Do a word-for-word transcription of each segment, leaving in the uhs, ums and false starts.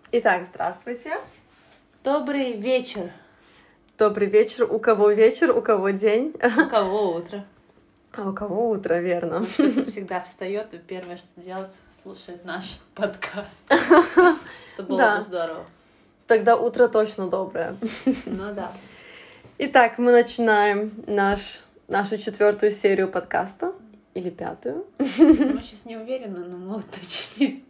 Итак, здравствуйте. Добрый вечер. Добрый вечер. У кого вечер, у кого день? У кого утро. А у кого утро, верно. Кто всегда встает и первое, что делает, слушает наш подкаст. Это было Да. бы здорово. Тогда утро точно доброе. Ну да. Итак, мы начинаем наш, нашу четвертую серию подкаста. Или пятую. Мы сейчас не уверены, но мы уточним.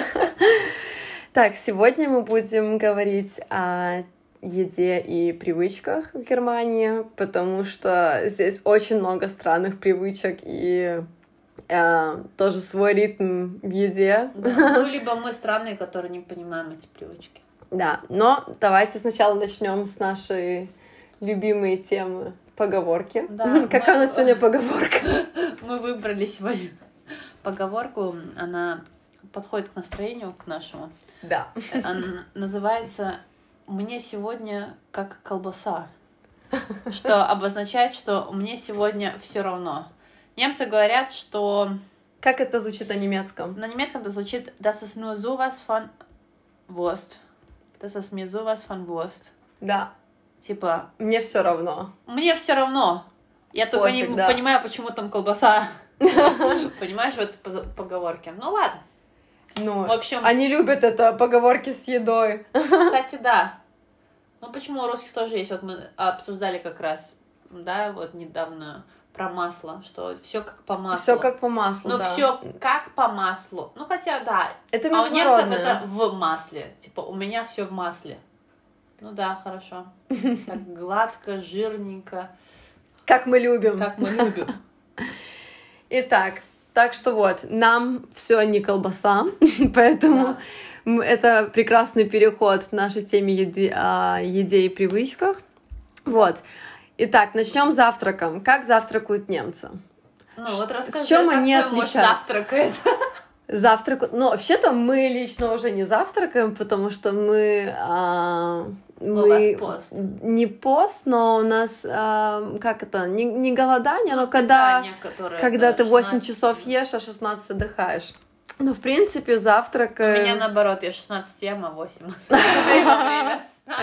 Так, сегодня мы будем говорить о еде и привычках в Германии, потому что здесь очень много странных привычек и э, тоже свой ритм в еде. Да. Ну, либо мы странные, которые не понимаем эти привычки. Да, но давайте сначала начнем с нашей любимой темы поговорки. Да, Какая мы... у нас сегодня поговорка? Мы выбрали сегодня поговорку, она подходит к настроению, к нашему. Да. Она называется «Мне сегодня как колбаса», что обозначает, что мне сегодня все равно. Немцы говорят, что... Как это звучит на немецком? На немецком это звучит «Das ist nur sowas von Wurst». «Das ist mir sowas von Wurst». Да. Типа... Мне все равно. Мне все равно. Я только Пофиг, не да. понимаю, почему там колбаса. Понимаешь, в этой поговорке. Ну ладно. Ну, В общем... они любят это, поговорки с едой. Кстати, да. Ну почему у русских тоже есть? Вот мы обсуждали как раз, да, вот недавно про масло, что все как по маслу. Все как по маслу, Ну да. все как по маслу. Ну хотя да. Это А у немцев международное. это в масле. Типа у меня все в масле. Ну да, хорошо. Так гладко, жирненько. Как мы любим. Как мы любим. Итак, так что вот, нам все не колбаса, поэтому м, это прекрасный переход к нашей теме еды, о еде и привычках. Вот. Итак, начнем с завтраком. Как завтракают немцы? Ну вот расскажи, в чем как они твой муж отличаются? завтракает. Завтрак, ну вообще-то мы лично уже не завтракаем, потому что мы, а, мы У вас пост. не пост, но у нас а, как это, не, не голодание, но когда, Питание, которое когда это ты восемь шестнадцать часов ешь, а шестнадцать отдыхаешь. Ну, в принципе, завтрак... У меня наоборот, я шестнадцать ем, а восемь. Во время сна.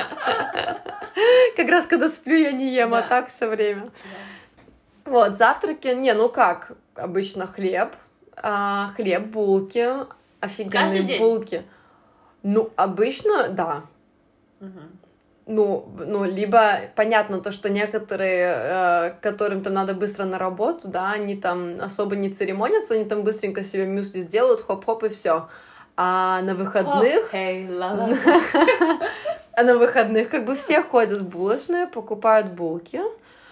Как раз когда сплю, я не ем, а Да. так все время. Вот, завтраки, не, ну как, обычно хлеб, а, хлеб, булки, Каждый офигенные день? булки. Ну, обычно, да. Мгм. Ну, ну, либо понятно то, что некоторые, э, которым там надо быстро на работу, да, они там особо не церемонятся, они там быстренько себе мюсли сделают, хоп-хоп и все. А на выходных, Окей, ла-ла. а на выходных как бы все ходят в булочные, покупают булки,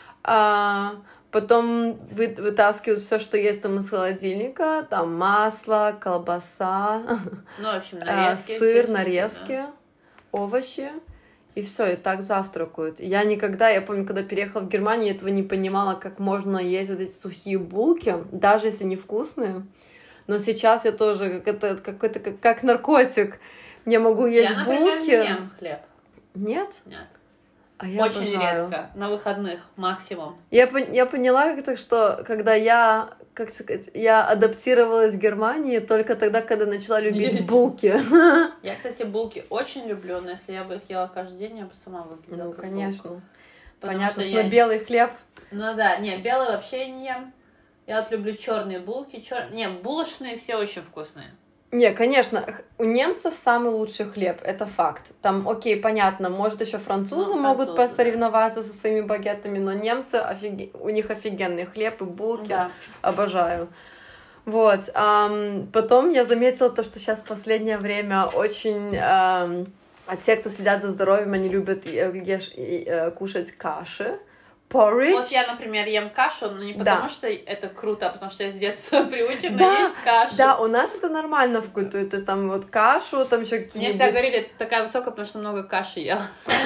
а потом вы, вытаскивают все, что есть там из холодильника, там масло, колбаса, Ну, в общем, а, нарезки. сыр, всё, нарезки, овощи. И все, и так завтракают. Я никогда, я помню, когда переехала в Германию, я этого не понимала, как можно есть вот эти сухие булки, даже если они вкусные. Но сейчас я тоже, как это какой-то как, как наркотик. Я могу да. есть Я, например, булки. не ем хлеб. Нет? Нет. А я Очень обожаю. редко. На выходных максимум. Я, пон- я поняла как-то, что когда я, как сказать, я адаптировалась в Германии только тогда, когда начала любить Есть. булки. Я, кстати, булки очень люблю, но если я бы их ела каждый день, я бы сама выглядела Ну, как конечно. булка. Потому Понятно, что что я... белый хлеб. Ну да, не, белый вообще не ем. Я вот люблю черные булки. Чер... Не, булочные все очень вкусные. Не, конечно, х- у немцев самый лучший хлеб, это факт. Там, окей, понятно, может еще французы Ну, могут французы, посоревноваться со своими багетами, но немцы, офиге... у них офигенный хлеб и булки, Да. обожаю. Вот, ам, потом я заметила то, что сейчас в последнее время очень... ам, а те, кто следят за здоровьем, они любят э, ешь- и, э, кушать каши. Porridge. Вот я, например, ем кашу, но не Да. потому, что это круто, а потому что я с детства приучена Да, есть кашу. Да, у нас это нормально в культуре, то есть там вот кашу, там еще Мне какие-нибудь... всегда говорили, ты такая высокая, потому что много каши ела.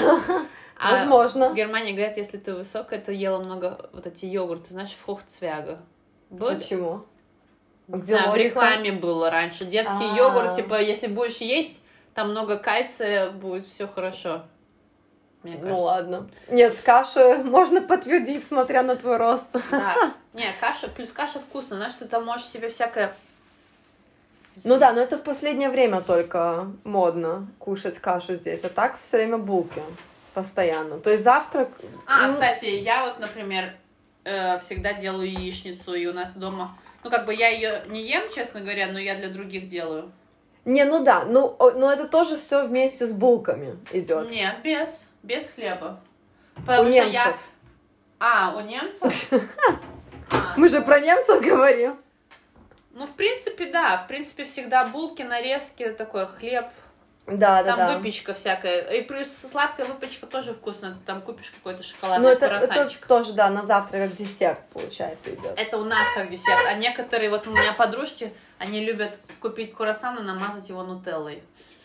А Возможно. в Германии говорят, если ты высокая, то ела много вот эти йогурты, знаешь, фрухтцвяга. Было? Почему? Не Где знаю, в логика? рекламе было раньше. Детский А. йогурт, типа, если будешь есть, там много кальция, будет все хорошо. Мне кажется. Ну ладно. Нет, каши можно подтвердить, смотря на твой рост. Да. Не, каша, плюс каша вкусная, знаешь, ты там можешь себе всякое Ну да, но это в последнее время только модно кушать кашу здесь, а так все время булки постоянно. То есть завтрак... А, ну... кстати, я вот, например, э, всегда делаю яичницу, и у нас дома... Ну, как бы я ее не ем, честно говоря, но я для других делаю. Не, ну да, ну, но это тоже все вместе с булками идет. Нет, без, без хлеба. У немцев. Я... А, у немцев? А, Мы же про немцев говорим. Ну, в принципе, да. В принципе, всегда булки, нарезки, такой хлеб. Да, да, там да. Там выпечка всякая. И плюс сладкая выпечка тоже вкусно. Там купишь какой-то шоколадный ну, это, круассанчик. это тоже, да, на завтрак как десерт, получается, идет. Это у нас как десерт. А некоторые, вот у меня подружки, они любят купить круассан и намазать его нутеллой.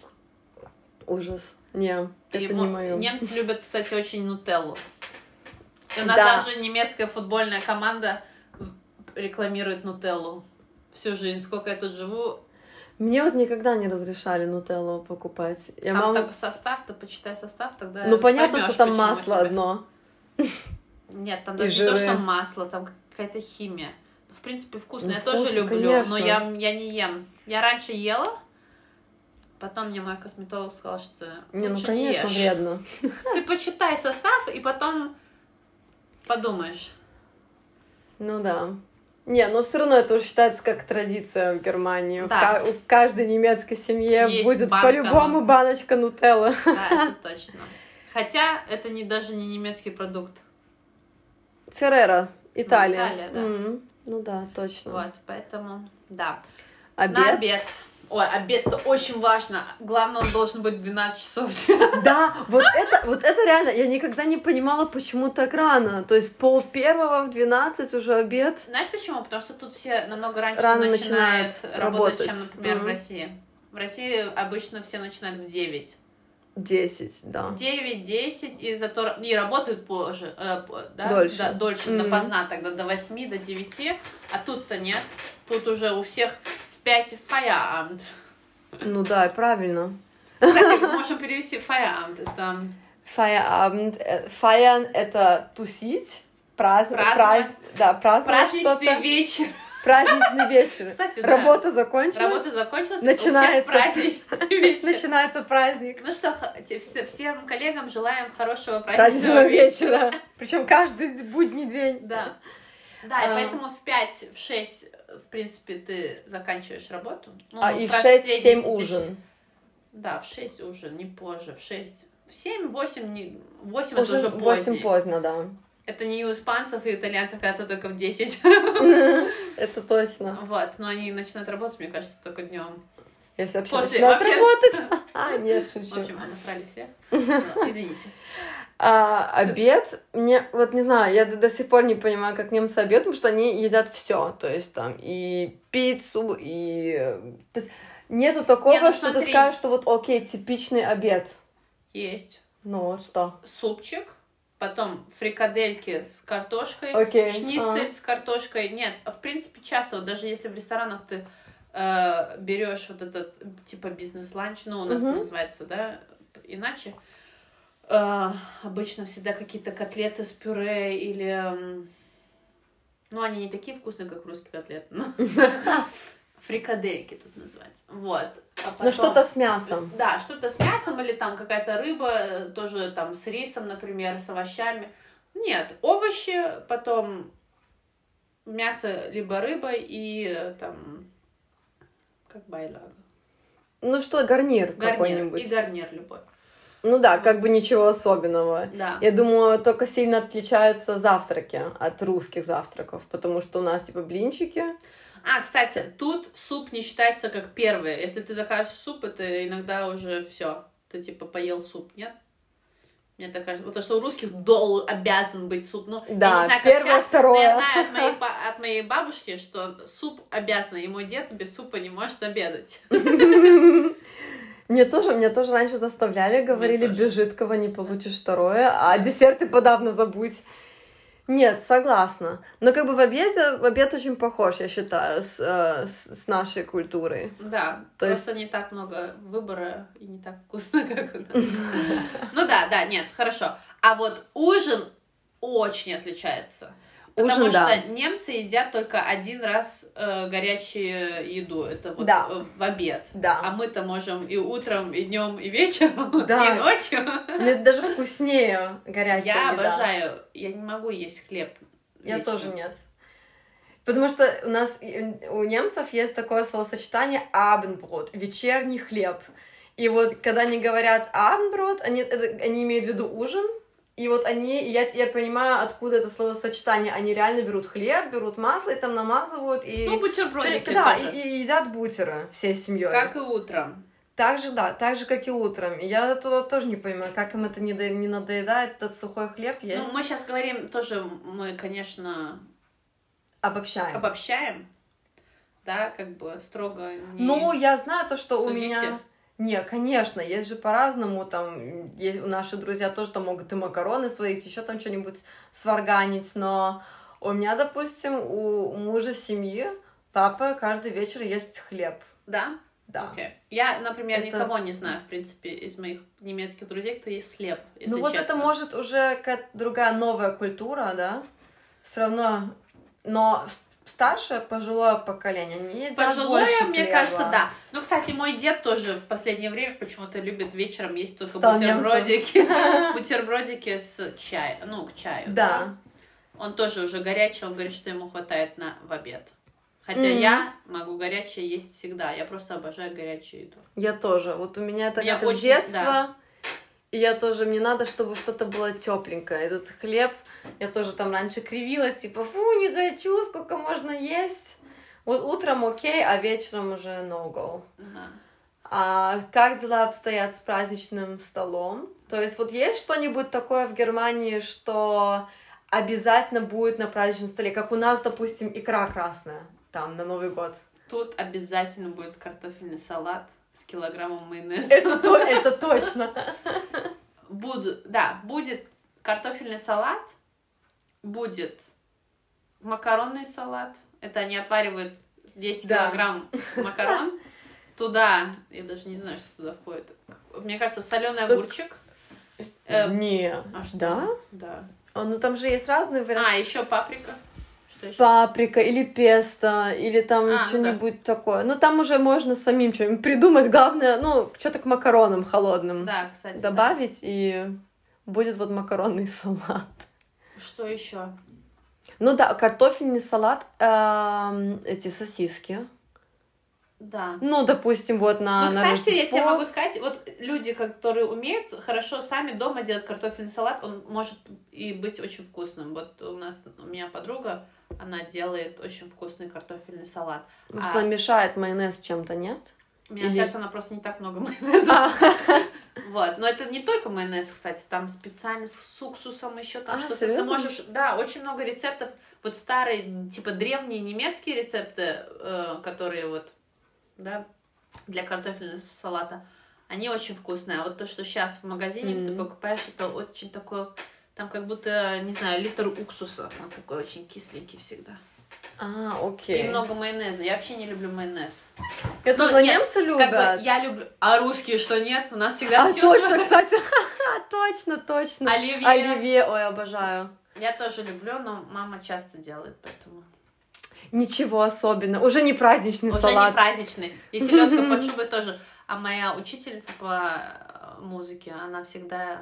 Ужас. Не, и это не моё. Немцы любят, кстати, очень нутеллу. И у нас да. даже немецкая футбольная команда рекламирует нутеллу всю жизнь. Сколько я тут живу. Мне вот никогда не разрешали нутеллу покупать. Я там маму... так состав, ты почитай состав, тогда ну понятно, поймёшь, что там масло себе... одно. Нет, там и даже жиры. Не то, что масло, там какая-то химия. В принципе, вкусно. Ну, я вкусно, тоже люблю, конечно. но я, я не ем. Я раньше ела, потом мне мой косметолог сказал, что не, ну не конечно, ешь. вредно. Ты почитай состав и потом подумаешь. Ну да. Не, но все равно это уже считается как традиция в Германии. Да. В, ка- в каждой немецкой семье Есть будет банка, по-любому ну... баночка нутеллы. Да, это точно. Хотя это не даже не немецкий продукт. Феррера, Италия. Ну, Италия, да. Mm-hmm. Ну да, точно. Вот, поэтому, да. Обед. На обед. Ой, обед это очень важно. Главное, он должен быть в двенадцать часов. Да, вот это, вот это реально, я никогда не понимала, почему так рано. То есть пол первого в двенадцать уже обед. Знаешь почему? Потому что тут все намного раньше рано начинают начинает работать, работать, чем, например, mm-hmm. в России. В России обычно все начинают в девять. десять, да. девять, десять, и зато и работают позже, э, да? Дольше. Да, дольше, mm-hmm. допоздна, тогда до восьми, до девяти, а тут-то нет. Тут уже у всех в пять Feierabend. Ну да, правильно. Кстати, мы можем перевести Feierabend. Это... Feierabend. Feiern — это тусить. Праздн... Праздновать. Праз... Да, праздновать Праздничный что-то. вечер. Праздничный вечер. Кстати, да. Работа закончилась. Работа закончилась. Начинается. У всех праздничный вечер. Начинается праздник. Ну что, всем коллегам желаем хорошего праздничного, Праздничного вечера. вечера. Причем каждый будний день. Да. Да, и поэтому в пять, в шесть, в принципе, ты заканчиваешь работу. Ну, а, и в шесть-семь ужин. Да, в шесть ужин, не позже, в шесть. В семь-восемь, не... восемь это уже поздний. восемь поздно, да. Это не у испанцев и итальянцев, когда-то только в десять. Это точно. Вот, но они начинают работать, мне кажется, только днем. Если вообще После, начинают вообще... работать. А, нет, шучу. В общем, мы насрали всех. Извините. А, обед, мне, вот не знаю, я до, до сих пор не понимаю, как немцы обедают, потому что они едят все, то есть там и пиццу, и... То есть нету такого, не, ну, что смотри. ты скажешь, что вот окей, типичный обед. Есть. Ну вот что? Супчик, потом фрикадельки с картошкой, окей. шницель а. с картошкой. Нет, в принципе, часто, вот даже если в ресторанах ты э, берешь вот этот, типа, бизнес-ланч, ну, у нас Угу. называется, да, иначе, э, обычно всегда какие-то котлеты с пюре или... Ну, они не такие вкусные, как русские котлеты, но... Фрикадельки тут называется. Вот. А потом... Ну, что-то с мясом. Да, что-то с мясом или там какая-то рыба, тоже там с рисом, например, с овощами. Нет, овощи, потом мясо либо рыба и там как байлага. Ну что, гарнир, Гарнир какой-нибудь. и гарнир любой. Ну да, как бы ничего особенного. Да. Я думаю, только сильно отличаются завтраки от русских завтраков, потому что у нас типа блинчики. А, кстати, тут суп не считается как первый. Если ты закажешь суп, это иногда уже все. Ты типа поел суп, нет? Мне так кажется. Потому что у русских дол обязан быть суп. Ну, Да, я не знаю, как первое, сейчас, второе. но я знаю от моей, от моей бабушки, что суп обязан, и мой дед без супа не может обедать. Мне тоже, меня тоже раньше заставляли, говорили, без жидкого не получишь второе, а десерты подавно забудь. Нет, согласна. Но как бы в обеде, в обед очень похож, я считаю, с, э, с, с нашей культурой. Да, То просто есть... не так много выбора и не так вкусно, как у нас. Ну да, да, нет, хорошо. А вот ужин очень отличается. Потому Ужин, что да. немцы едят только один раз э, горячую еду. Это вот Да. э, в обед. Да. А мы-то можем и утром, и днем, и вечером, Да. и ночью. Мне даже вкуснее горячая Я еда. обожаю. Я не могу есть хлеб. Я вечером. тоже нет. Потому что у нас, у немцев есть такое словосочетание Abendbrot, вечерний хлеб. И вот когда они говорят Abendbrot, они, это, они имеют в виду ужин. И вот они, я, я понимаю, откуда это словосочетание. Они реально берут хлеб, берут масло и там намазывают. И... Ну, бутербродики Да, тоже. и, и едят бутеры всей семьей. Как и утром. Так же, да, так же, как и утром. И я туда тоже не понимаю, как им это не, до, не надоедает, этот сухой хлеб есть. Ну, мы сейчас говорим тоже, мы, конечно, Обобщаем. обобщаем, да, как бы строго не... Ну, я знаю то, что Судите. у меня... Не, конечно, есть же по-разному, там, есть, наши друзья тоже там могут и макароны сварить, еще там что-нибудь сварганить, но у меня, допустим, у мужа семьи папа каждый вечер ест хлеб. Да? Да. Okay. Я, например, Это... никого не знаю, в принципе, из моих немецких друзей, кто ест хлеб, если Ну вот честно. это может уже какая-то другая новая культура, да? Все равно, но старшее, пожилое поколение, они едят Пожилое, больше мне хлеба. кажется, да. Ну, кстати, мой дед тоже в последнее время почему-то любит вечером есть только Стал бутербродики. Бутербродики с чаем, ну, к чаю. Да. Он тоже уже горячий, он говорит, что ему хватает на в обед. Хотя Mm-hmm. я могу горячее есть всегда. Я просто обожаю горячую еду. Я тоже. Вот у меня это Меня как очень- с детства. да. И я тоже, мне надо, чтобы что-то было тепленькое. Этот хлеб, я тоже там раньше кривилась, типа, фу, не хочу, сколько можно есть. Вот утром окей, а вечером уже no-go. Да. А как дела обстоят с праздничным столом? То есть вот есть что-нибудь такое в Германии, что обязательно будет на праздничном столе? Как у нас, допустим, икра красная там на Новый год. Тут обязательно будет картофельный салат с килограммом майонеза. Это, то, это точно. Буду, да, будет картофельный салат, будет макаронный салат. Это они отваривают десять Да. килограмм макарон. Туда, я даже не знаю, что туда входит. Мне кажется, соленый огурчик. Э, Не, а что? да? Да. А, ну там же есть разные варианты. А, еще паприка. Что еще? Паприка или песто, или там А, ну что-нибудь такое. Ну, там уже можно самим что-нибудь придумать. Главное, ну, что-то к макаронам холодным Да, кстати. добавить, и будет вот макаронный салат. Да. Что еще? Ну да, картофельный салат, эм, эти сосиски. Да. Ну, допустим, вот на, Ну, на кстати, я Рождество. тебе могу сказать, вот люди, которые умеют хорошо сами дома делать картофельный салат, он может и быть очень вкусным. Вот у нас, у меня подруга, она делает очень вкусный картофельный салат. Может, А- она мешает майонез чем-то, нет? Мне Или- кажется, она просто не так много майонеза. А, Вот, но это не только майонез, кстати, там специально с уксусом еще там А, что-то. серьезно? Ты можешь, да, очень много рецептов. Вот старые, типа древние немецкие рецепты, э, которые вот, да, для картофельного салата, они очень вкусные. А вот то, что сейчас в магазине Мгм. ты покупаешь, это очень такое, там как будто, не знаю, литр уксуса. Он такой очень кисленький всегда. а, И окей. много майонеза. Я вообще не люблю майонез. Я Ну, думала, нет, немцы Как любят. бы я люблю. А русские что нет? У нас всегда А, все. точно, кстати. Точно, точно. Оливье. Оливье, ой, обожаю. Я тоже люблю, но мама часто делает, поэтому. Ничего особенного. Уже не праздничный Уже салат. не праздничный. И селедка под шубой тоже. А моя учительница по э, музыке, она всегда...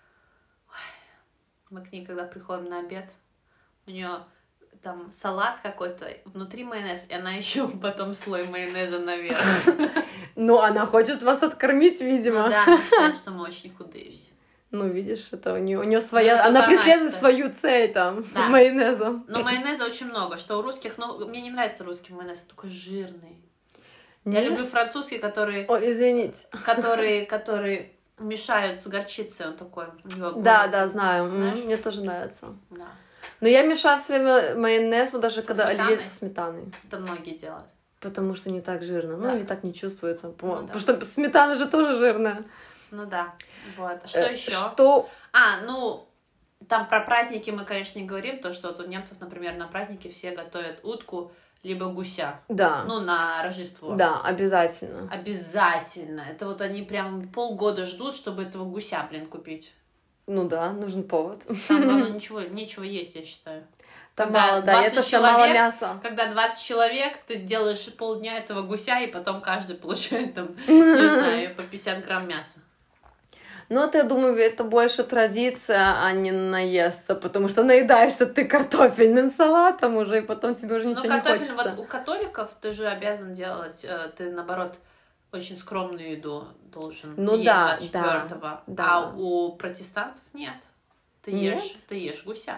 Ой, мы к ней, когда приходим на обед, у нее там салат какой-то, внутри майонез, и она еще потом слой майонеза наверх. Ну, она хочет вас откормить, видимо. Ну да, она считает, что мы очень худые все. Ну, видишь, это у нее, у нее своя... Ну, это она она преследует считает. свою цель там, Да. майонезом. Но майонеза очень много, что у русских, ну, мне не нравится русский майонез, он такой жирный. Я Нет? люблю французский, который, Ой, извините. который, который мешают с горчицей, он такой. У него Да, более- да, знаю. М, Знаешь? Мне тоже нравится. Да. Но я мешаю все время майонез, вот даже Со когда сметаной? оливье со сметаной. Это многие делают. Потому что не так жирно. Ну, Да. или так не чувствуется, по-моему. Ну да. Потому что сметана же тоже жирная. Ну да. Вот. Что Э, еще? Что? А, ну, там про праздники мы, конечно, не говорим, то, что вот у немцев, например, на праздники все готовят утку либо гуся. Да. Ну, на Рождество. Да, обязательно. Обязательно. Это вот они прям полгода ждут, чтобы этого гуся, блин, купить. Ну да, нужен повод. Там, главное, ничего, нечего есть, я считаю. Это Когда мало, да, это что мало человек, мяса. Когда двадцать человек, ты делаешь полдня этого гуся, и потом каждый получает там, не знаю, по пятьдесят грамм мяса. Ну, это, я думаю, это больше традиция, а не наесться, потому что наедаешься ты картофельным салатом уже, и потом тебе уже ничего ну, не хочется. Вот у католиков ты же обязан делать, ты, наоборот, очень скромную еду должен ну, есть да, двадцать четвёртого, да, а да. у протестантов нет. Ты нет? ешь, ты ешь гуся.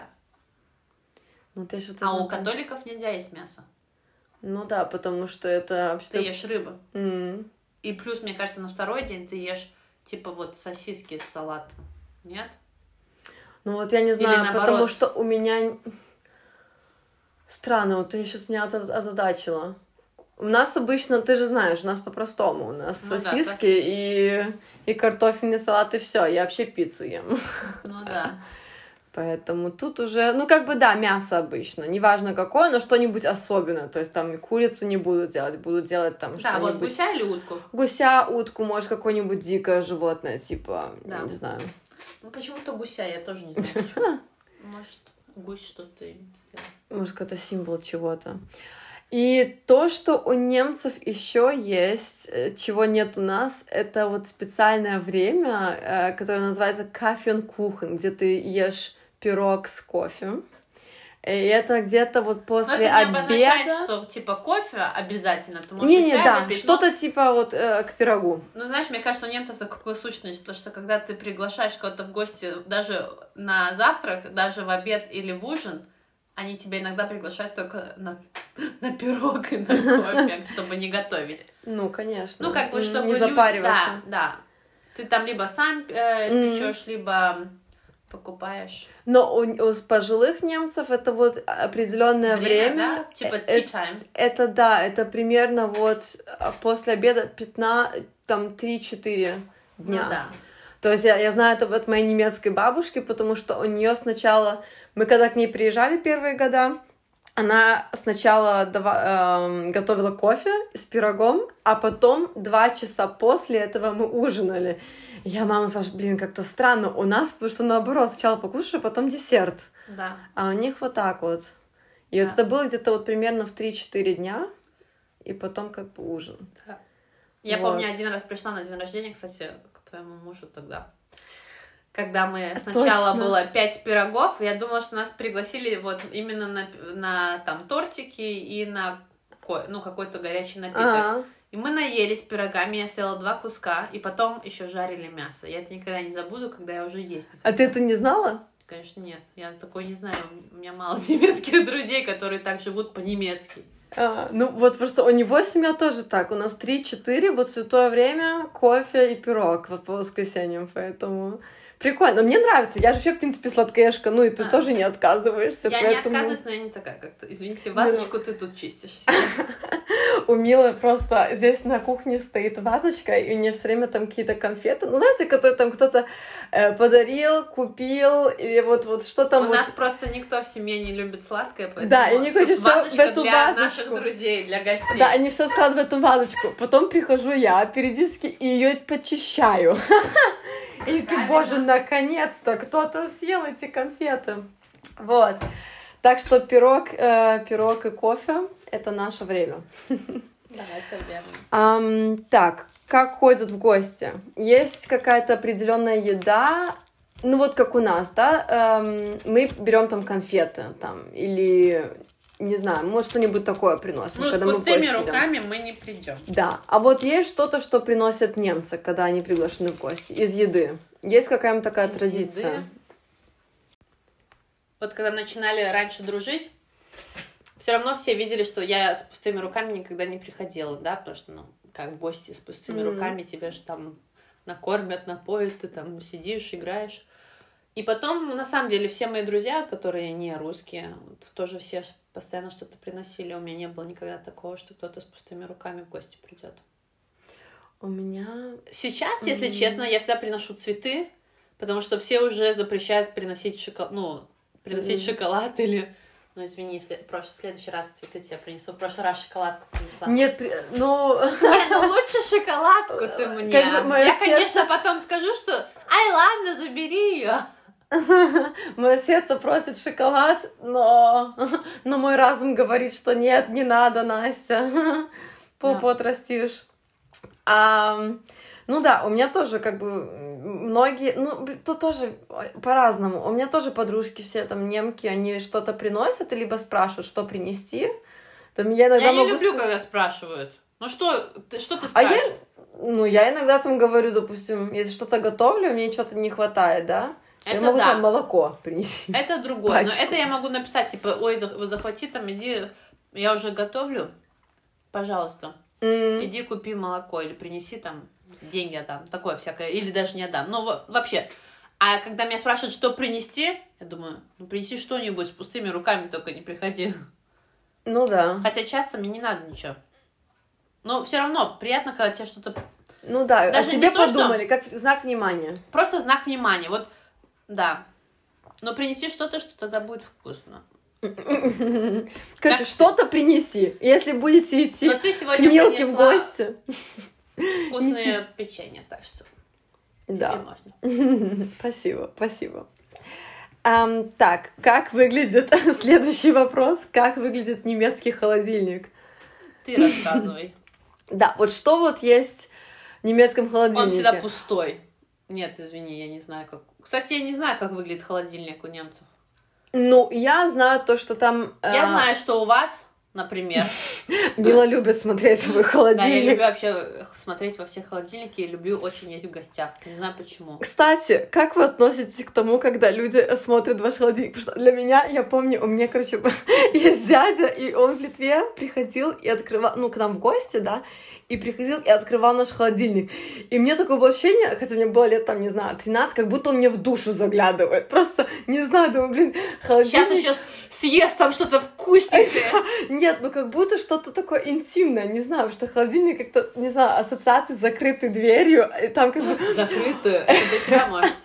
Ну, ты что-то а знаком... у католиков нельзя есть мясо. Ну да, потому что это вообще... Ты ешь рыбу. Mm. И плюс, мне кажется, на второй день ты ешь типа вот сосиски с салатом. Нет? Ну вот я не знаю, Или потому наоборот. что у меня... Странно, вот ты сейчас меня озадачила. У нас обычно, ты же знаешь, у нас по-простому. У нас ну, сосиски, да, сосиски. И, и картофельный салат, и все. Я вообще пиццу ем. Ну да. Поэтому тут уже, ну как бы да, мясо обычно, неважно какое, но что-нибудь особенное. То есть там курицу не буду делать, буду делать там да, что-нибудь. вот гуся или утку? Гуся, утку, может какое-нибудь дикое животное, типа, да. не знаю. Ну почему-то гуся, я тоже не знаю почему. Может, гусь что-то им сделал. Может, какой-то символ чего-то. И то, что у немцев еще есть, чего нет у нас, это вот специальное время, которое называется Kaffee-und-Kuchen, где ты ешь пирог с кофе. И это где-то вот после обеда. Но это не обозначает, что типа кофе обязательно. Ты можешь не, не, да, выпить, что-то но... типа вот э, к пирогу. Ну, знаешь, мне кажется, у немцев это круглосуточность, потому что когда ты приглашаешь кого-то в гости даже на завтрак, даже в обед или в ужин, они тебя иногда приглашают только на, на пирог и на кофе, чтобы не готовить. Ну, конечно. Ну, как бы, чтобы не люди... запариваться. Да, да. Ты там либо сам э, печешь, либо покупаешь. Но у, у пожилых немцев это вот определенное время. время да? Типа э, tea time. Это да, это примерно вот после обеда пятнадцать, там три-четыре дня. Ну, да. То есть я, я знаю это от моей немецкой бабушки, потому что у нее сначала, мы когда к ней приезжали первые года, она сначала дава, э, готовила кофе с пирогом, а потом два часа после этого мы ужинали. Я мама спрашиваю, блин, как-то странно у нас, потому что наоборот, сначала покушаешь, а потом десерт. Да. А у них вот так вот. И да. вот это было где-то вот примерно в три-четыре дня, и потом как бы ужин. Да. Я вот. помню, один раз пришла на день рождения, кстати, к твоему мужу тогда. Когда мы сначала Точно. было пять пирогов, я думала, что нас пригласили вот именно на, на там тортики и на ну, какой-то горячий напиток. А-а. И мы наелись пирогами, я съела два куска, и потом еще жарили мясо. Я это никогда не забуду, когда я уже есть не хотела. А ты это не знала? Конечно, нет. Я такое не знаю. У меня мало немецких друзей, которые так живут по-немецки. А, ну вот просто у него семья тоже так. У нас три-четыре, вот святое время, кофе и пирог вот по воскресеньям, поэтому... Прикольно, мне нравится, я же вообще, в принципе, сладкоежка, ну и ты а. тоже не отказываешься. Я поэтому... не отказываюсь, но я не такая как-то. Извините, вазочку ты тут чистишь. У Милы просто здесь на кухне стоит вазочка, и у нее все время там какие-то конфеты, ну знаете, которые там кто-то э, подарил, купил, или вот, вот что там. У вот... нас просто никто в семье не любит сладкое, поэтому да, и не хочешь все в эту для вазочку. наших друзей, для гостей. Да, они все складывают в эту вазочку. Потом прихожу я, периодически, и ее почищаю. И ты, боже, наконец-то кто-то съел эти конфеты. Вот. Так что пирог, э, пирог и кофе — это наше время. Да, это верно. Um, так, как ходят в гости? Есть какая-то определенная еда, ну вот как у нас, да? Um, мы берем там конфеты, там, или... Не знаю, может, что-нибудь такое приносим, ну, когда мы мы в гости идем. с пустыми руками мы не придем. Да, а вот есть что-то, что приносят немцы, когда они приглашены в гости, из еды? Есть какая-нибудь такая из традиция? Еды. Вот когда начинали раньше дружить, все равно все видели, что я с пустыми руками никогда не приходила, да, потому что, ну, как в гости с пустыми mm-hmm. руками тебя же там накормят, напоят, ты там сидишь, играешь. И потом, на самом деле, все мои друзья, которые не русские, тоже все постоянно что-то приносили. У меня не было никогда такого, что кто-то с пустыми руками в гости придет. У меня... Сейчас, mm-hmm. если честно, я всегда приношу цветы, потому что все уже запрещают приносить шоколад, ну, приносить mm-hmm. шоколад или... Ну, извини, в, след... в следующий раз цветы тебе принесу. В прошлый раз шоколадку принесла. Нет, ну... Нет, ну лучше шоколадку ты мне. Я, сердце... конечно, потом скажу, что ай, ладно, забери ее. Мое сердце просит шоколад, но, но мой разум говорит, что нет, не надо, Настя, попу отрастишь. А, ну да, у меня тоже как бы многие, ну тут тоже по-разному. У меня тоже подружки все там немки, они что-то приносят, и либо спрашивают, что принести. Там я иногда я не могу люблю, сказать... когда спрашивают. Ну что, ты, что ты А скажешь? я, ну я иногда там говорю, допустим, если что-то готовлю, мне что-то не хватает, да? Это я могу да. там молоко принести. Это другое. Пачку. Но это я могу написать, типа, ой, захвати там, иди, я уже готовлю, пожалуйста, Mm. иди купи молоко или принеси там деньги отдам, такое всякое, или даже не отдам. Ну, вообще. А когда меня спрашивают, что принести, я думаю, ну, принеси что-нибудь, с пустыми руками только не приходи. Ну да. Хотя часто мне не надо ничего. Но все равно приятно, когда тебе что-то... Ну да, даже о тебе не то, подумали, что... как знак внимания. Просто знак внимания, вот, да. Но принеси что-то, что тогда будет вкусно. Короче, Как что-то принеси. Если будете идти Но ты к сегодня Милке в гости. вкусные Несите. печенье, так что Да. тебе можно. Спасибо, спасибо. Ам, так, как выглядит... Следующий вопрос. Как выглядит немецкий холодильник? Ты рассказывай. Да, вот что вот есть в немецком холодильнике? Он всегда пустой. Нет, извини, я не знаю, как... Кстати, я не знаю, как выглядит холодильник у немцев. Ну, я знаю то, что там... Я а, знаю, что у вас, например... Мила любит смотреть свой Да, я холодильник. люблю вообще смотреть во все холодильники и люблю очень есть в гостях. Не знаю почему. Кстати, как вы относитесь к тому, когда люди смотрят ваш холодильник? Потому что для меня, я помню, у меня, короче, есть дядя, и он в Литве приходил и открывал, ну, к нам в гости, да, и приходил и открывал наш холодильник. И мне такое было ощущение, хотя мне было лет, там, не знаю, тринадцать, как будто он мне в душу заглядывает. Просто, не знаю, думаю, блин, холодильник... Сейчас еще съест там что-то вкусненькое. Нет, ну как будто что-то такое интимное, не знаю, потому что холодильник как-то, не знаю, ассоциации с закрытой дверью, и там как бы... Закрытую. Это для тебя, может.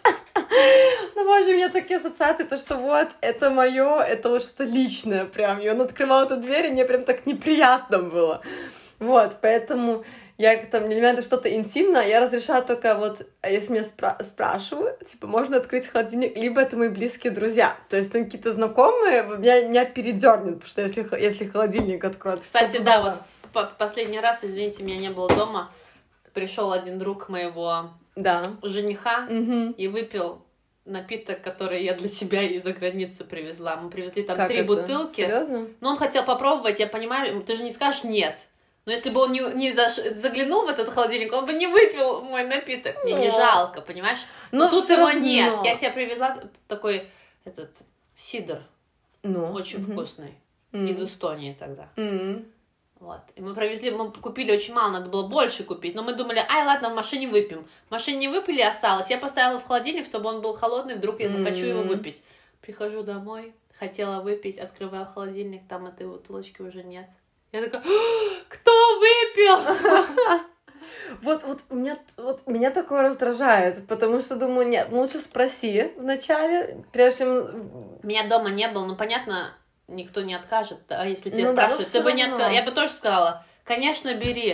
Ну, боже, у меня такие ассоциации, то, что вот, это мое, это вот что-то личное прям. И он открывал эту дверь, и мне прям так неприятно было. Вот, поэтому я там, для меня это что-то интимное, я разрешаю только вот, если меня спра- спрашивают, типа, можно открыть холодильник, либо это мои близкие друзья. То есть там какие-то знакомые, меня, меня передернет, потому что если, если холодильник откроют... Кстати, да, вот по- последний раз, извините, меня не было дома, пришел один друг моего да. жениха Угу. и выпил напиток, который я для себя из-за границы привезла. Мы привезли там Как три это? бутылки. Серьезно? Но он хотел попробовать, я понимаю, ты же не скажешь нет. Но если бы он не, не заш... заглянул в этот холодильник, он бы не выпил мой напиток. Мне не жалко, понимаешь? Но, Но тут всё его равно. нет. Я себе привезла такой этот сидр, Ну. очень Мгм. вкусный. М. Из Эстонии тогда. М. Вот. И мы привезли, мы купили очень мало, надо было больше купить. Но мы думали, ай, ладно, в машине выпьем. В машине не выпили, осталось. Я поставила в холодильник, чтобы он был холодный, вдруг я захочу его М. выпить. Прихожу домой, хотела выпить, открываю холодильник, там этой бутылочки уже нет. Я такая, кто выпил? Вот, вот, у меня, вот меня такое раздражает, потому что думаю, нет, лучше спроси вначале, прежде чем... Меня дома не было, ну понятно, никто не откажет, а если тебя Ну да, но спрашивают, всё ты бы не равно. отказала. Я бы тоже сказала, конечно, бери,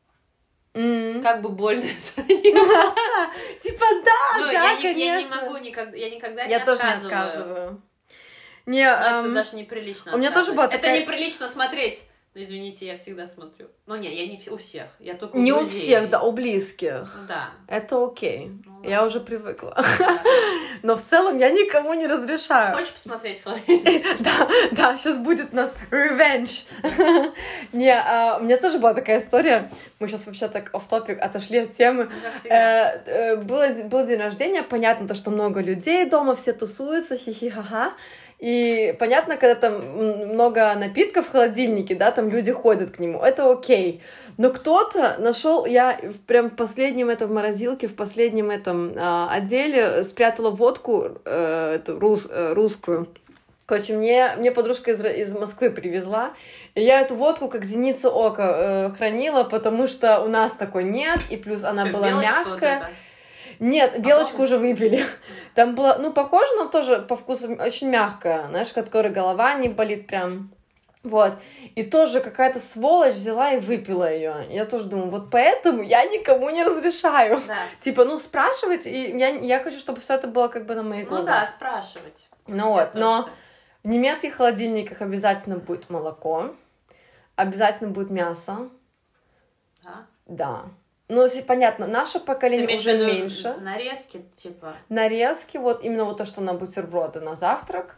М. как бы больно это. Типа, да, Ну, да, я не- я не конечно. могу никогда, я никогда не Я тоже не отказываю. отказываю. Не, Но это эм, даже неприлично. у меня тоже была отказывать. такая- Это неприлично смотреть. Ну, извините, я всегда смотрю. Ну, не, я не вс- у всех. Я только у не у друзей. всех, да, у близких. Да. Это окей. Ну, Я ладно. уже привыкла. Да. Но в целом я никому не разрешаю. Хочешь посмотреть холодильник? Да, да, сейчас будет у нас revenge. Не, а, у меня тоже была такая история. Мы сейчас вообще так офф-топик отошли от темы. Ну, как всегда. Э, э, было, был день рождения, понятно, то, что много людей дома, все тусуются, хихи-ха-ха. И понятно, когда там м, много напитков в холодильнике, да, там люди ходят к нему, это окей. Но кто-то нашел, я в- прям в последнем этом в морозилке, в последнем этом а, отделе спрятала водку э, эту рус, э, русскую. Короче, мне, мне подружка из, Ро- из Москвы привезла, и я эту водку как зеницу ока э, хранила, потому что у нас такой нет, и плюс она Что, была белочка вот мягкая. эта? Нет, белочку По-моему. уже выпили. Там было, ну, похоже, но тоже по вкусу очень мягкая, знаешь, от которой голова не болит прям. Вот. И тоже какая-то сволочь взяла и выпила ее. Я тоже думаю, вот поэтому я никому не разрешаю. Да. Типа, ну, спрашивать, и я, я хочу, чтобы все это было как бы на моих Ну глазах. да, спрашивать. Ну вот, но в немецких холодильниках обязательно будет молоко, обязательно будет мясо. Да. Да. Ну, если понятно, наше поколение Ты уже имеешь в виду меньше. нарезки, типа? Нарезки, вот именно вот то, что на бутерброды на завтрак.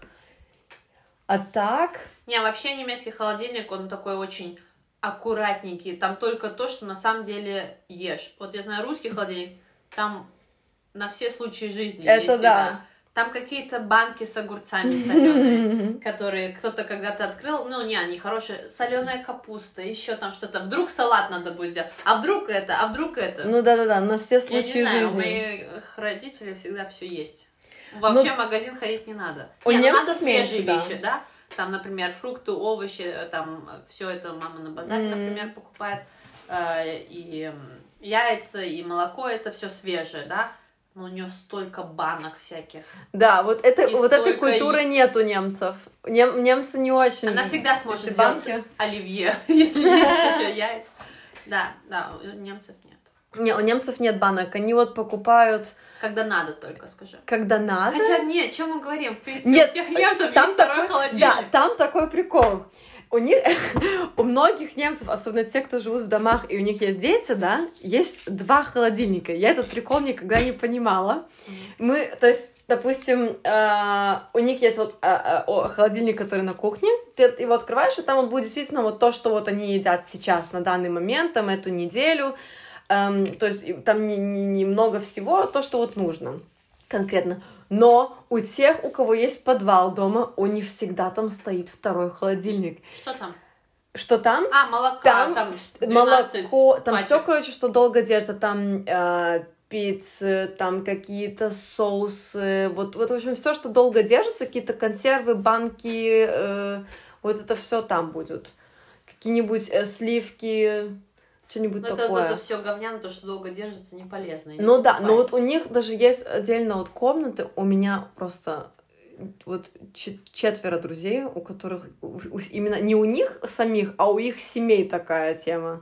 А так... Не, вообще немецкий холодильник, он такой очень аккуратненький. Там только то, что на самом деле ешь. Вот я знаю русский холодильник, там на все случаи жизни. Это есть, да. да. Там какие-то банки с огурцами соленые, которые кто-то когда-то открыл. Ну, не, они хорошие. Соленая капуста, еще там что-то. Вдруг салат надо будет сделать. А вдруг это, а вдруг это. Ну да-да-да, на все случаи Я не знаю, жизни. у моих родителей всегда все есть. Вообще Ну, в магазин ходить не надо. у Не, ну немцев надо свежие меньше, вещи, да. Там, например, фрукты, овощи, там все это мама на базаре, М. например, покупает. Э, И м, яйца, и молоко, это все свежее, да. Но у нее столько банок всяких. Да, вот, это, И вот этой столько культуры и- нет у немцев. Нем- немцы не очень... Она всегда сможет эти сделать банки. оливье, если есть еще яйца. Да, да, у немцев нет. Не, у немцев нет банок, они вот покупают, Когда надо только, скажи. когда надо. Хотя нет, о чем мы говорим? В принципе, Нет, у всех немцев там есть второй такой- холодильник. Да, там такой прикол. У них, у многих немцев, особенно те, кто живут в домах, и у них есть дети, да, есть два холодильника. Я этот прикол никогда не понимала. Мы, то есть, допустим, э, у них есть вот э, э, о, холодильник, который на кухне, ты его открываешь, и там вот будет действительно вот то, что вот они едят сейчас, на данный момент, там, эту неделю. Эм, то есть, и там не, не, не много всего, то, что вот нужно конкретно. Но у тех, у кого есть подвал дома, у них всегда там стоит второй холодильник. Что там? Что там? А, молока, Там, там, ш- двенадцать молоко, там пачек. все, короче, что долго держится, там э, пиццы, там какие-то соусы, вот, вот в общем, все, что долго держится, какие-то консервы, банки, э, вот это все там будет. Какие-нибудь э, сливки, что-нибудь Ну, это, такое. это все говняно, то, что долго держится, не полезно. и не Ну да, но вот у покупайте. них даже есть отдельно вот комнаты, у меня просто вот чет- четверо друзей, у которых у- у- именно не у них самих, а у их семей такая тема.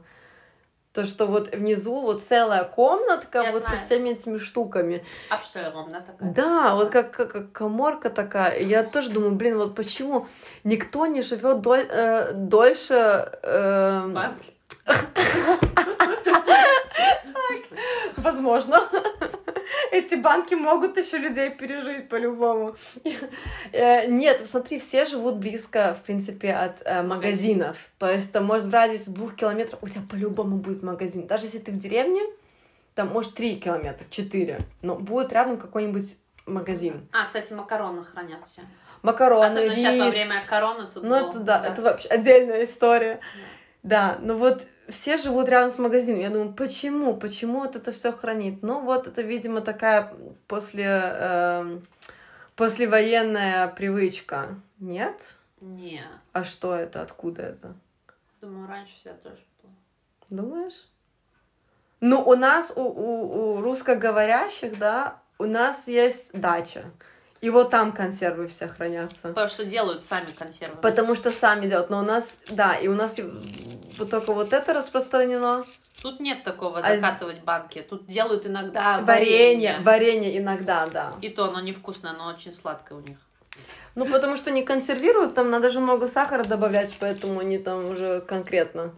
То, что вот внизу вот целая комнатка Я вот знаю. со всеми этими штуками. Обштелом, да, такая? Да, вот как, как, как каморка такая. И я тоже думаю, блин, вот почему никто не живет доль- э, дольше... э, Банки. Возможно. Эти банки могут еще людей пережить по-любому. Э, Нет, смотри, все живут близко, в принципе, от э, магазинов. То есть, там, может, в радиусе двух километров у тебя по-любому будет магазин. Даже если ты в деревне, там, может, три километра, четыре, но будет рядом какой-нибудь магазин. А, кстати, макароны хранят все. Макароны, Особенно сейчас во рис. время короны тут Ну, был, это да, это вообще отдельная история. Да, ну вот все живут рядом с магазином. Я думаю, почему? Почему вот это все хранит? Ну, вот это, видимо, такая после, эм, послевоенная привычка. Нет? Не, А что это? Откуда это? думаю, раньше всегда тоже было. Думаешь? Ну, у нас, у, у, у русскоговорящих, да, у нас есть дача. И вот там консервы все хранятся. Потому что делают сами консервы. Потому что сами делают. Но у нас, да, и у нас и вот только вот это распространено. Тут нет такого А закатывать банки. Тут делают иногда Варенье, варенье. варенье иногда, да. И то оно невкусное, но очень сладкое у них. Ну, потому что не консервируют, там надо же много сахара добавлять, поэтому они там уже конкретно.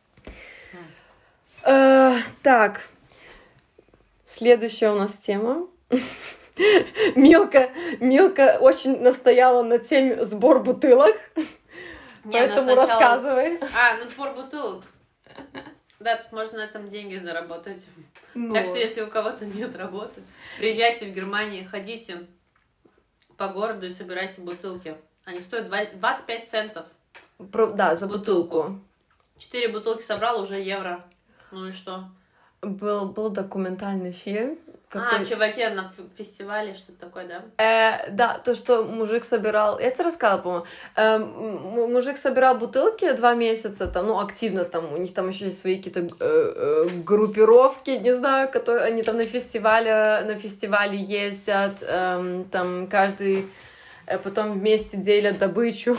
Э, Так, следующая у нас тема. Милка, Милка очень настояла на теме сбор бутылок, Не, поэтому она сначала- рассказывай. А, ну сбор бутылок. Да, тут можно на этом деньги заработать. Ну, Так что, если у кого-то нет работы, приезжайте в Германию, ходите по городу и собирайте бутылки. Они стоят два- двадцать пять центов. про- Да, за бутылку. бутылку. Четыре бутылки собрал, уже евро. Ну и что? Был, был документальный фильм. А, какой- чуваки на ф- фестивале, что-то такое, да? Э, да, то, что мужик собирал, я тебе рассказывала, по-моему, Э, м- мужик собирал бутылки два месяца, там, ну, активно, там, у них там еще есть свои какие-то э, э, группировки, не знаю, которые они там на фестивале, на фестивале ездят, эм, там, каждый э, потом вместе делят добычу.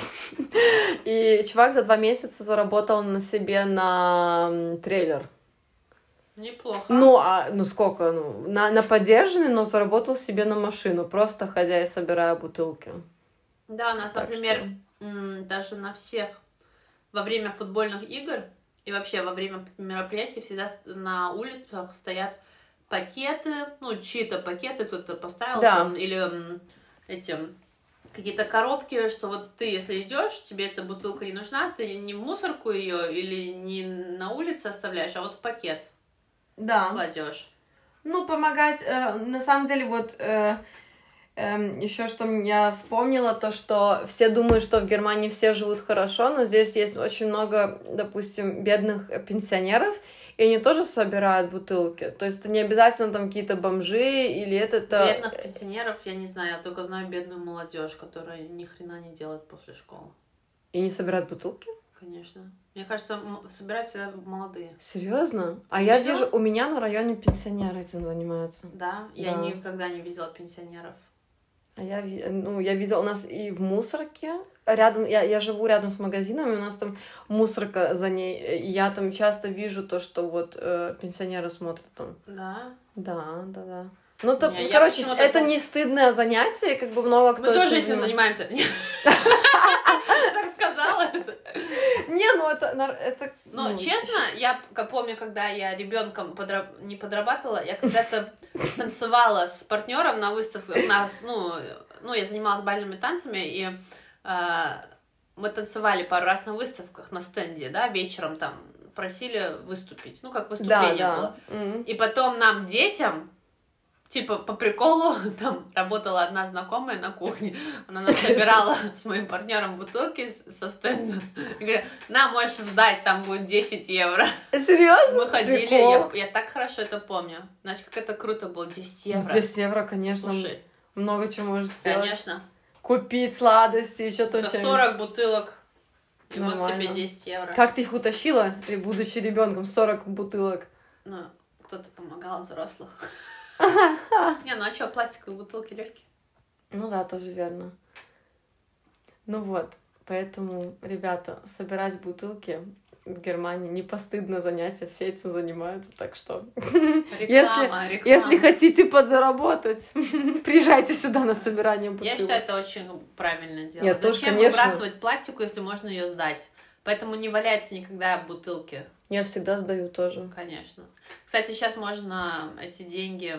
И чувак за два месяца заработал на себе на м, трейлер. Неплохо. Ну, а ну сколько? Ну, на, на подержанный, но заработал себе на машину, просто ходя и собирая бутылки. Да, у нас, Так например, м, даже на всех во время футбольных игр и вообще во время мероприятий всегда с- на улицах стоят пакеты, ну, чьи-то пакеты кто-то поставил Да. там, или м, эти какие-то коробки, что вот ты, если идешь, тебе эта бутылка не нужна, ты не в мусорку ее или не на улице оставляешь, а вот в пакет Да. кладешь. Ну, помогать, э, на самом деле, вот э, еще что я вспомнила, то, что все думают, что в Германии все живут хорошо, но здесь есть очень много, допустим, бедных пенсионеров, и они тоже собирают бутылки. То есть это не обязательно там какие-то бомжи или это... это... Бедных пенсионеров я не знаю, я только знаю бедную молодежь, которая ни хрена не делает после школы. И не собирают бутылки? Конечно. Мне кажется, м- собирают всегда молодые. Серьезно? А Ты я видела? вижу, у меня на районе пенсионеры этим занимаются. Да, я Да. никогда не видела пенсионеров. А я, ви- ну, я видела у нас и в мусорке, рядом, я, я живу рядом с магазином, и у нас там мусорка за ней, и я там часто вижу то, что вот э, пенсионеры смотрят там. Да. Да, да, да. Ну, то, Не, я короче, почему-то это зна- не стыдное занятие, как бы много кто... Мы тоже этим занимается. занимаемся. Я так сказала это. Не, ну это... нар- это Но ну, честно, я к- помню, когда я ребенком не подрабатывала, я когда-то танцевала с партнером на выставках. У нас, ну, ну, я занималась бальными танцами, и э, мы танцевали пару раз на выставках, на стенде, да, вечером там просили выступить. Ну, как Да, выступление да. было. Мгм. И потом нам, детям, типа, по приколу, там работала одна знакомая на кухне, она нас собирала с моим партнером бутылки с- со стенда. И говорит, на, можешь сдать, там будет десять евро. Серьезно? Мы ходили, Прикол. я, я так хорошо это помню. Значит, как это круто было, десять евро. десять евро, конечно, Слушай, много чего можешь сделать. конечно, Купить сладости, еще то, это чем- сорок бутылок, и вот Нормально. тебе десять евро. Как ты их утащила, или будучи ребенком, сорок бутылок? Ну, кто-то помогал взрослых. Не, ну а что, пластиковые бутылки легкие. Ну да, тоже верно. Ну вот, поэтому, ребята, собирать бутылки в Германии не постыдно занятие, все этим занимаются, так что Реклама, реклама. если хотите подзаработать, приезжайте сюда на собирание бутылок. Я считаю, это очень правильное дело. Я тоже, Зачем конечно. выбрасывать пластику, если можно ее сдать? Поэтому не валяйте никогда бутылки, Я всегда сдаю тоже. конечно. Кстати, сейчас можно эти деньги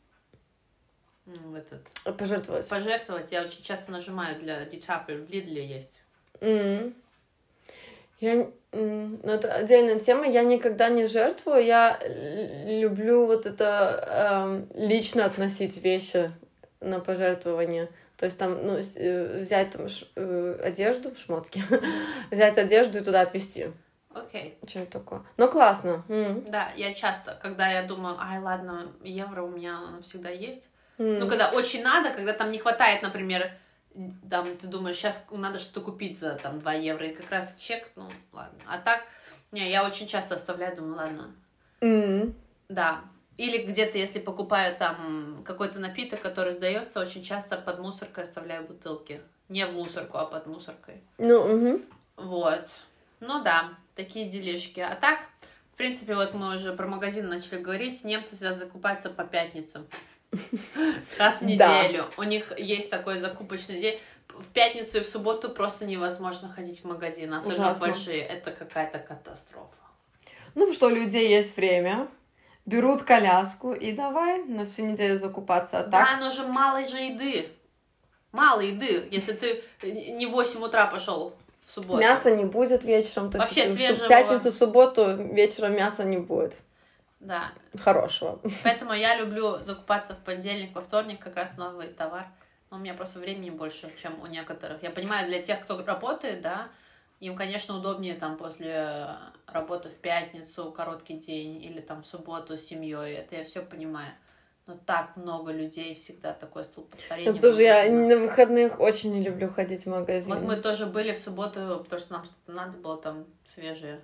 м, в этот, Пожертвовать. пожертвовать. Я очень часто нажимаю для дитяфель, в Лидле есть. М. Я, м, ну, это отдельная тема. Я никогда не жертвую. Я л- люблю вот это эм, лично относить вещи на пожертвование. То есть там, ну, с- э, взять там ш- э, одежду, шмотки, взять одежду и туда отвезти. Окей. Что-то такое. Но классно. М. Да, я часто, когда я думаю, ай, ладно, евро у меня оно всегда есть. М. Ну, когда очень надо, когда там не хватает, например, там, ты думаешь, сейчас надо что-то купить за там два евро, и как раз чек, ну, ладно. А так, не, я очень часто оставляю, думаю, ладно, М. да. Или где-то, если покупаю там какой-то напиток, который сдается, очень часто под мусоркой оставляю бутылки. Не в мусорку, а под мусоркой. Ну, мгм. Вот. Ну да, такие делишки. А так, в принципе, вот мы уже про магазин начали говорить, немцы всегда закупаются по пятницам. Раз в Да. неделю. У них есть такой закупочный день. В пятницу и в субботу просто невозможно ходить в магазин, особенно Ужасно. большие. Это какая-то катастрофа. Ну, потому что у людей есть время, берут коляску и давай на всю неделю закупаться. А Да, так, но же мало же еды. Мало еды, если ты не в восемь утра пошел в субботу. мяса не будет вечером. То есть Вообще в су- свежего. В пятницу, субботу вечером мяса не будет. Да. Хорошего. Поэтому я люблю закупаться в понедельник, во вторник, как раз новый товар. Но у меня просто времени больше, чем у некоторых. Я понимаю, для тех, кто работает, да, им, конечно, удобнее там после работы в пятницу, короткий день, или там в субботу с семьей. Это я все понимаю. Но так много людей, всегда такое столпотворение. Я тоже я магазинах. на выходных очень не люблю ходить в магазин. Вот мы тоже были в субботу, потому что нам что-то надо было там свежее.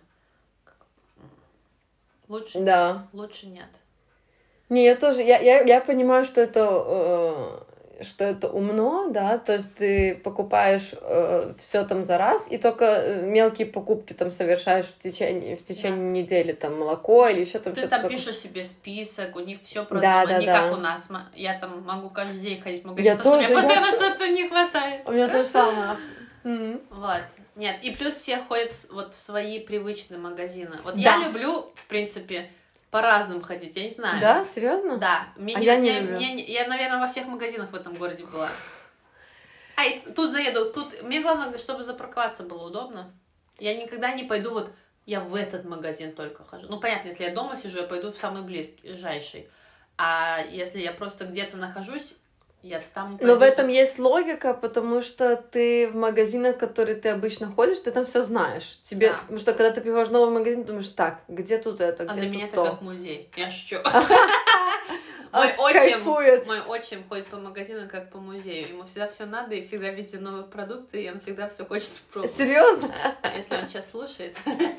Лучше Да. нет. Лучше нет. Не, я тоже, я, я, я понимаю, что это что это умно, да, то есть ты покупаешь э, все там за раз, и только мелкие покупки там совершаешь в течение, в течение да. недели, там молоко или еще там ты что-то. Ты там закуп... пишешь себе список, у них все продумано, да, да, не да. как у нас. Я там могу каждый день ходить в магазин, я потому тоже, что мне я... постоянно что-то не хватает. У меня то же самое. Вот. Нет, и плюс все ходят в, вот в свои привычные магазины. Вот да. я люблю, в принципе, по-разному ходить, я не знаю. Да, серьезно? Да. Мне а не, я не мне, люблю. Мне, я, наверное, во всех магазинах в этом городе была. Ай, тут заеду, тут... Мне главное, чтобы запарковаться было удобно. Я никогда не пойду вот... Я в этот магазин только хожу. Ну, понятно, если я дома сижу, я пойду в самый ближайший. А если я просто где-то нахожусь, я там пойду... Но в этом есть логика, потому что ты в магазинах, в которые ты обычно ходишь, ты там все знаешь. Тебе... Да. Потому что когда ты приходишь в новый магазин, ты думаешь, так, где тут это, где а тут для меня то? это как музей. Я шучу. Мой отчим, мой отчим ходит по магазину как по музею. Ему всегда все надо, и всегда везде новые продукты, и он всегда все хочет пробовать. Серьезно? Если он сейчас слушает,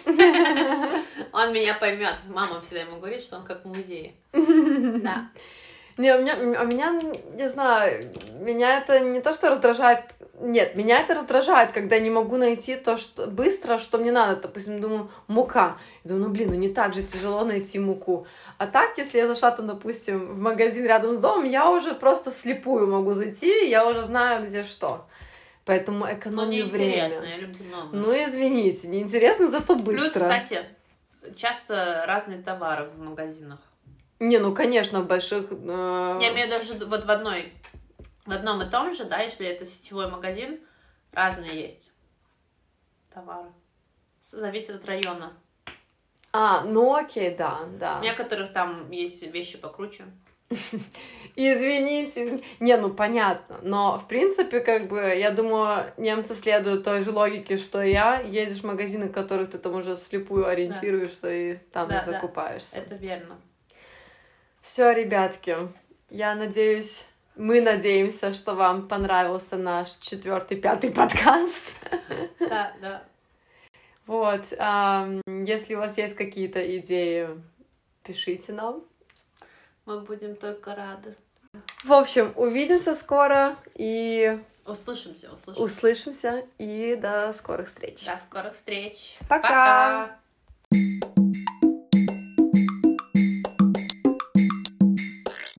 он меня поймет. Мама всегда ему говорит, что он как в музее. Да. Не, у меня, у меня, не знаю, меня это не то, что раздражает, нет, меня это раздражает, когда не могу найти то, что быстро, что мне надо, допустим, думаю, мука, я думаю, ну, блин, ну, не так же тяжело найти муку, а так, если я зашла, там, допустим, в магазин рядом с домом, я уже просто вслепую могу зайти, я уже знаю, где что, поэтому экономлю ну, время. Я люблю новое. Ну, извините, неинтересно, зато быстро. Плюс, кстати, часто разные товары в магазинах. Не, ну, конечно, в больших... Э... Я имею в виду, даже вот в одной, в одном и том же, да, если это сетевой магазин, разные есть товары. Зависит от района. А, ну окей, да, да. В некоторых там есть вещи покруче. Извините. Не, ну понятно. Но, в принципе, как бы, я думаю, немцы следуют той же логике, что и я. Едешь в магазины, в которых ты там уже вслепую ориентируешься, да. и там да, и закупаешься. Да, это верно. Все, ребятки, я надеюсь, мы надеемся, что вам понравился наш четвертый, пятый подкаст. Да, да. Вот, если у вас есть какие-то идеи, пишите нам. Мы будем только рады. В общем, увидимся скоро и... Услышимся, услышимся. Услышимся и до скорых встреч. До скорых встреч. Пока! Пока.